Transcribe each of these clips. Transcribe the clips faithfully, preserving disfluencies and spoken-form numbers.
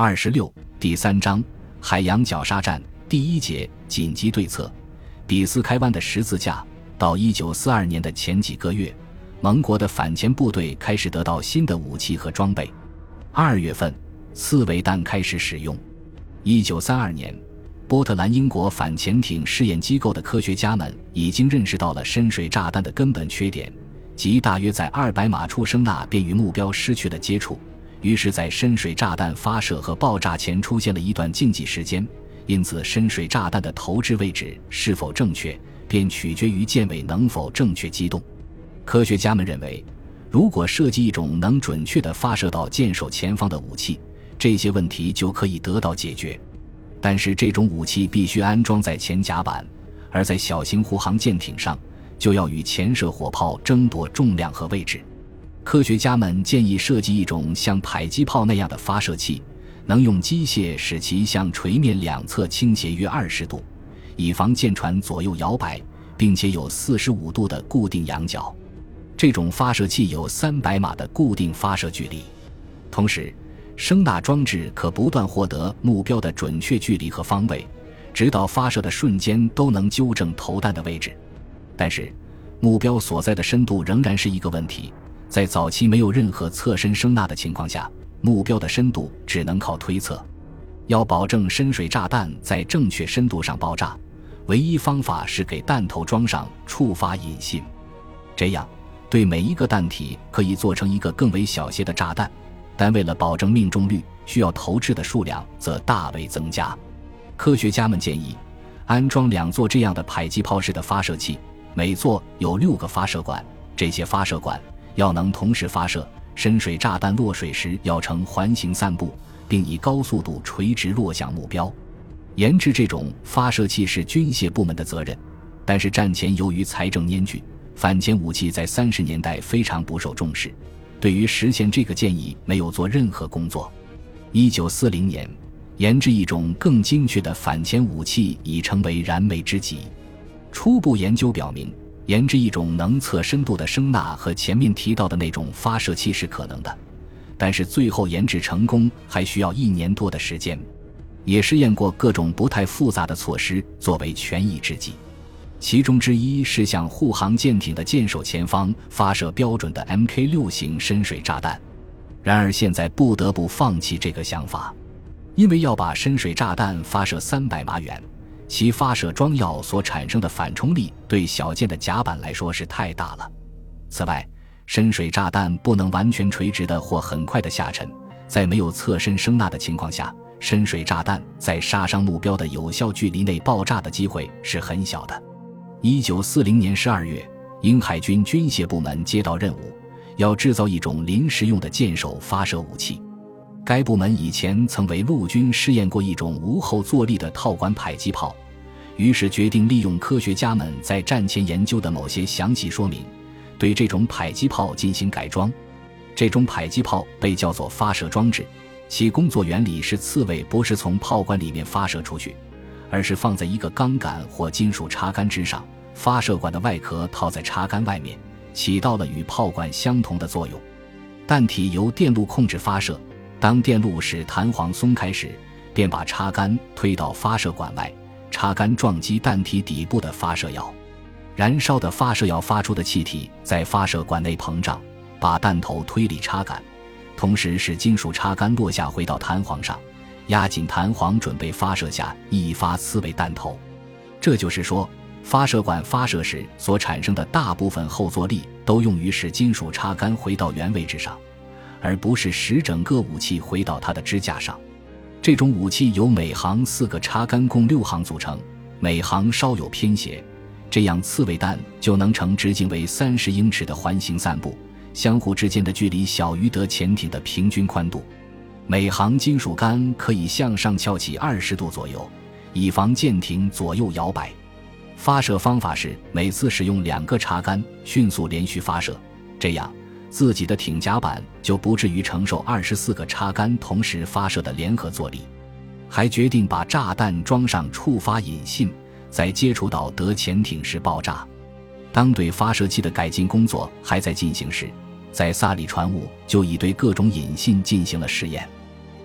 二十六第三章海洋绞杀战第一节紧急对策。比斯开湾的十字架。到一九四二年的前几个月，盟国的反潜部队开始得到新的武器和装备。二月份，刺猬弹开始使用。一九三二年，波特兰英国反潜艇试验机构的科学家们已经认识到了深水炸弹的根本缺点，即大约在二百码处声呐便与目标失去了接触。于是在深水炸弹发射和爆炸前出现了一段静寂时间，因此深水炸弹的投掷位置是否正确便取决于舰尾能否正确机动。科学家们认为，如果设计一种能准确地发射到舰首前方的武器，这些问题就可以得到解决。但是这种武器必须安装在前甲板，而在小型护航舰艇上就要与前射火炮争夺重量和位置。科学家们建议设计一种像迫击炮那样的发射器，能用机械使其向垂面两侧倾斜约二十度，以防舰船左右摇摆，并且有四十五度的固定仰角。这种发射器有三百码的固定发射距离，同时声呐装置可不断获得目标的准确距离和方位，直到发射的瞬间都能纠正投弹的位置。但是目标所在的深度仍然是一个问题，在早期没有任何侧身声呐的情况下，目标的深度只能靠推测。要保证深水炸弹在正确深度上爆炸，唯一方法是给弹头装上触发引信，这样对每一个弹体可以做成一个更为小些的炸弹，但为了保证命中率，需要投掷的数量则大为增加。科学家们建议安装两座这样的迫击炮式的发射器，每座有六个发射管，这些发射管要能同时发射，深水炸弹落水时要呈环形散布，并以高速度垂直落向目标。研制这种发射器是军械部门的责任，但是战前由于财政撵举，反潜武器在三十年代非常不受重视，对于实现这个建议没有做任何工作。一九四零年，研制一种更精确的反潜武器已成为燃眉之急。初步研究表明，研制一种能测深度的声呐和前面提到的那种发射器是可能的，但是最后研制成功还需要一年多的时间。也试验过各种不太复杂的措施作为权宜之计，其中之一是向护航舰艇的舰首前方发射标准的 M K 六 型深水炸弹。然而现在不得不放弃这个想法，因为要把深水炸弹发射三百码远，其发射装药所产生的反冲力对小舰的甲板来说是太大了。此外，深水炸弹不能完全垂直的或很快的下沉，在没有侧身声呐的情况下，深水炸弹在杀伤目标的有效距离内爆炸的机会是很小的。一九四零年十二月，英海军军械部门接到任务，要制造一种临时用的舰首发射武器。该部门以前曾为陆军试验过一种无后坐力的套管迫击炮，于是决定利用科学家们在战前研究的某些详细说明，对这种迫击炮进行改装。这种迫击炮被叫做发射装置，其工作原理是刺猬不是从炮管里面发射出去，而是放在一个钢杆或金属插杆之上，发射管的外壳套在插杆外面，起到了与炮管相同的作用。弹体由电路控制发射，当电路使弹簧松开时，便把插杆推到发射管外，插杆撞击弹体底部的发射药，燃烧的发射药发出的气体在发射管内膨胀，把弹头推离插杆，同时使金属插杆落下回到弹簧上，压紧弹簧，准备发射下一发刺猬弹头。这就是说，发射管发射时所产生的大部分后坐力都用于使金属插杆回到原位置上，而不是使整个武器回到它的支架上。这种武器由每行四个插杆共六行组成，每行稍有偏斜，这样刺猬弹就能呈直径为三十英尺的环形散布，相互之间的距离小于得潜艇的平均宽度。每行金属杆可以向上翘起二十度左右，以防舰艇左右摇摆。发射方法是每次使用两个插杆迅速连续发射，这样自己的艇甲板就不至于承受二十四个插杆同时发射的联合坐力。还决定把炸弹装上触发引信，在接触到得潜艇时爆炸。当对发射器的改进工作还在进行时，在萨里船坞就已对各种引信进行了试验。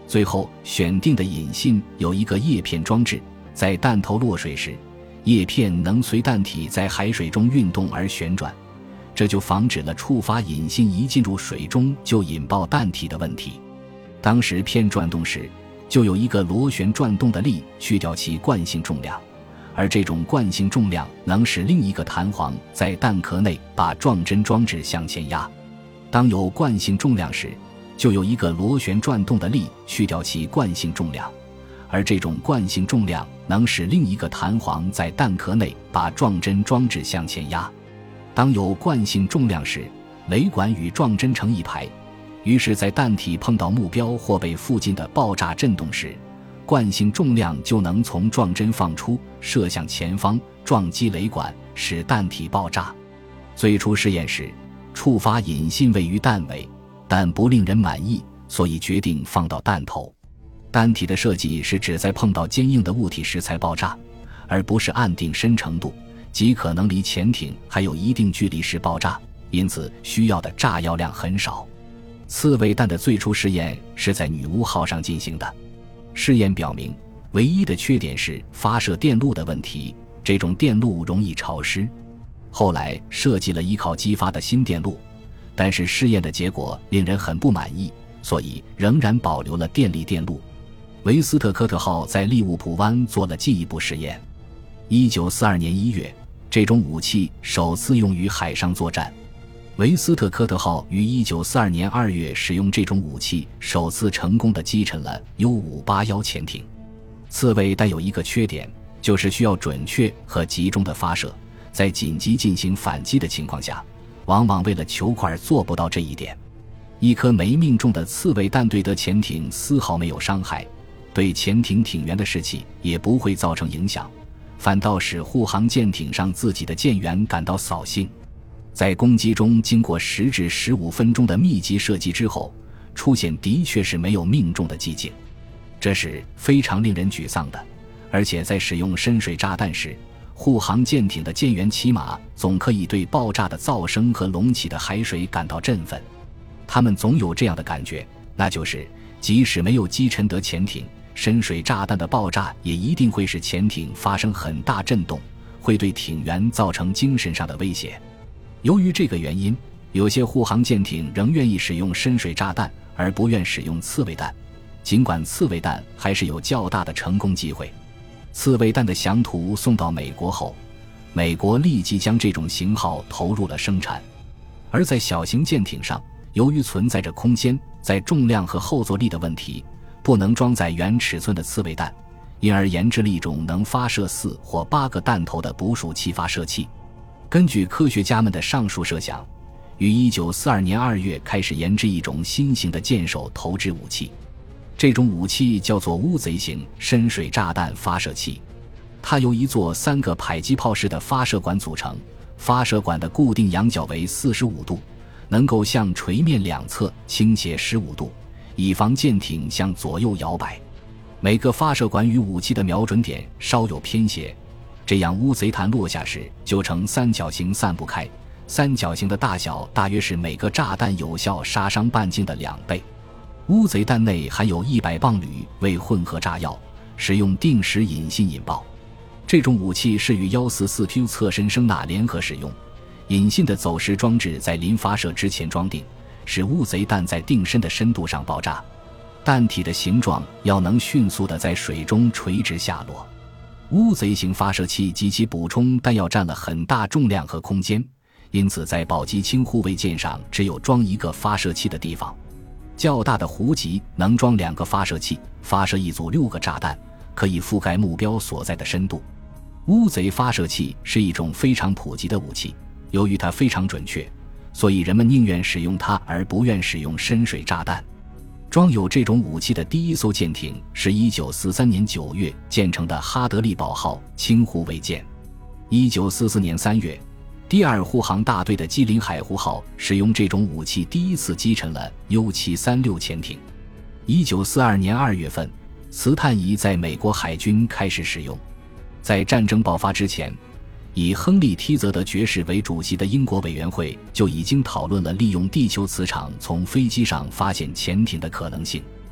最后选定的引信有一个叶片装置，在弹头落水时，叶片能随弹体在海水中运动而旋转，这就防止了触发引信一进入水中就引爆弹体的问题。当时片转动时，就有一个螺旋转动的力去掉其惯性重量，而这种惯性重量能使另一个弹簧在弹壳内把撞针装置向前压。当有惯性重量时，就有一个螺旋转动的力去掉其惯性重量，而这种惯性重量能使另一个弹簧在弹壳内把撞针装置向前压。当有惯性重量时，雷管与撞针成一排，于是在弹体碰到目标或被附近的爆炸震动时，惯性重量就能从撞针放出，射向前方，撞击雷管，使弹体爆炸。最初试验时，触发引信位于弹尾，但不令人满意，所以决定放到弹头。弹体的设计是指在碰到坚硬的物体时才爆炸，而不是按定深程度，即可能离潜艇还有一定距离时爆炸，因此需要的炸药量很少。刺猬弹的最初试验是在女巫号上进行的。试验表明，唯一的缺点是发射电路的问题，这种电路容易潮湿。后来设计了依靠激发的新电路，但是试验的结果令人很不满意，所以仍然保留了电力电路。维斯特科特号在利物浦湾做了进一步试验。一九四二年一月，这种武器首次用于海上作战。维斯特科特号于一九四二年二月使用这种武器，首次成功地击沉了 U 五八一 潜艇。刺猬弹有一个缺点，就是需要准确和集中的发射，在紧急进行反击的情况下，往往为了球块做不到这一点。一颗没命中的刺猬弹对得潜艇丝毫没有伤害，对潜艇艇员的士气也不会造成影响，反倒使护航舰艇上自己的舰员感到扫兴。在攻击中经过十至十五分钟的密集射击之后，出现的确是没有命中的寂静，这是非常令人沮丧的。而且在使用深水炸弹时，护航舰艇的舰员起码总可以对爆炸的噪声和隆起的海水感到振奋。他们总有这样的感觉，那就是即使没有击沉得潜艇，深水炸弹的爆炸也一定会使潜艇发生很大震动，会对艇员造成精神上的威胁。由于这个原因，有些护航舰艇仍愿意使用深水炸弹，而不愿使用刺猬弹，尽管刺猬弹还是有较大的成功机会。刺猬弹的详图送到美国后，美国立即将这种型号投入了生产。而在小型舰艇上，由于存在着空间、在重量和后坐力的问题，不能装载原尺寸的刺猬弹，因而研制了一种能发射四或八个弹头的捕鼠器发射器。根据科学家们的上述设想，于一九四二年二月开始研制一种新型的舰手投掷武器。这种武器叫做乌贼型深水炸弹发射器，它由一座三个迫击炮式的发射管组成，发射管的固定仰角为四十五度，能够向垂面两侧倾斜十五度，以防舰艇向左右摇摆。每个发射管与武器的瞄准点稍有偏斜，这样乌贼弹落下时就呈三角形散布开，三角形的大小大约是每个炸弹有效杀伤半径的两倍。乌贼弹内含有一百磅铝为混合炸药，使用定时引信引爆。这种武器是与 一四四 Q 侧身声呐联合使用，引信的走时装置在临发射之前装定，使乌贼弹在定身的深度上爆炸。弹体的形状要能迅速地在水中垂直下落。乌贼型发射器及其补充弹药占了很大重量和空间，因此在宝鸡轻护卫舰上只有装一个发射器的地方。较大的湖级能装两个发射器，发射一组六个炸弹，可以覆盖目标所在的深度。乌贼发射器是一种非常普及的武器，由于它非常准确，所以人们宁愿使用它而不愿使用深水炸弹。装有这种武器的第一艘舰艇是一九四三年九月建成的哈德利堡号轻护卫舰。一九四四年三月，第二护航大队的基林海湖号使用这种武器第一次击沉了 U 七三六 潜艇。一九四二年二月份，磁探仪在美国海军开始使用。在战争爆发之前，以亨利·梯泽德爵士为主席的英国委员会就已经讨论了利用地球磁场从飞机上发现潜艇的可能性。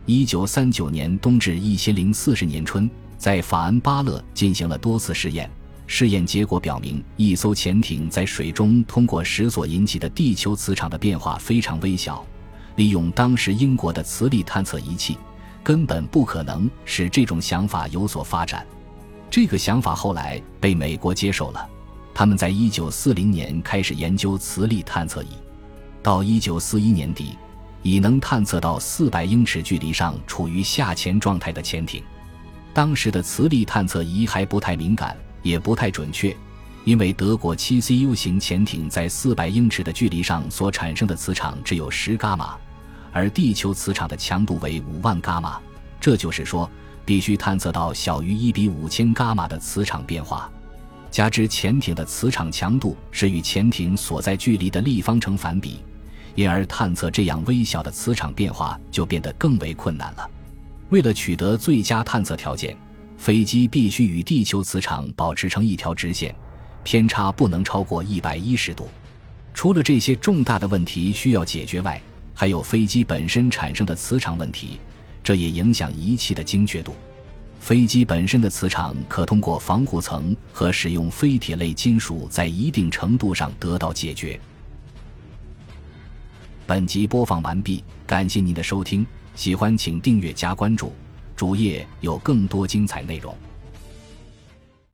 一九三九年冬至一千零四十年春，在法恩巴勒进行了多次试验，试验结果表明，一艘潜艇在水中通过石所引起的地球磁场的变化非常微小，利用当时英国的磁力探测仪器，根本不可能使这种想法有所发展。这个想法后来被美国接受了，他们在一九四零年开始研究磁力探测仪，到一九四一年底，已能探测到四百英尺距离上处于下潜状态的潜艇。当时的磁力探测仪还不太敏感，也不太准确，因为德国 七 C U 型潜艇在四百英尺的距离上所产生的磁场只有十伽马，而地球磁场的强度为五万伽马，这就是说必须探测到小于一比五千伽马的磁场变化。加之潜艇的磁场强度是与潜艇所在距离的立方成反比，因而探测这样微小的磁场变化就变得更为困难了。为了取得最佳探测条件，飞机必须与地球磁场保持成一条直线，偏差不能超过一百一十度。除了这些重大的问题需要解决外，还有飞机本身产生的磁场问题，这也影响仪器的精确度。飞机本身的磁场可通过防护层和使用非铁类金属在一定程度上得到解决。本集播放完毕，感谢您的收听，喜欢请订阅加关注，主页有更多精彩内容。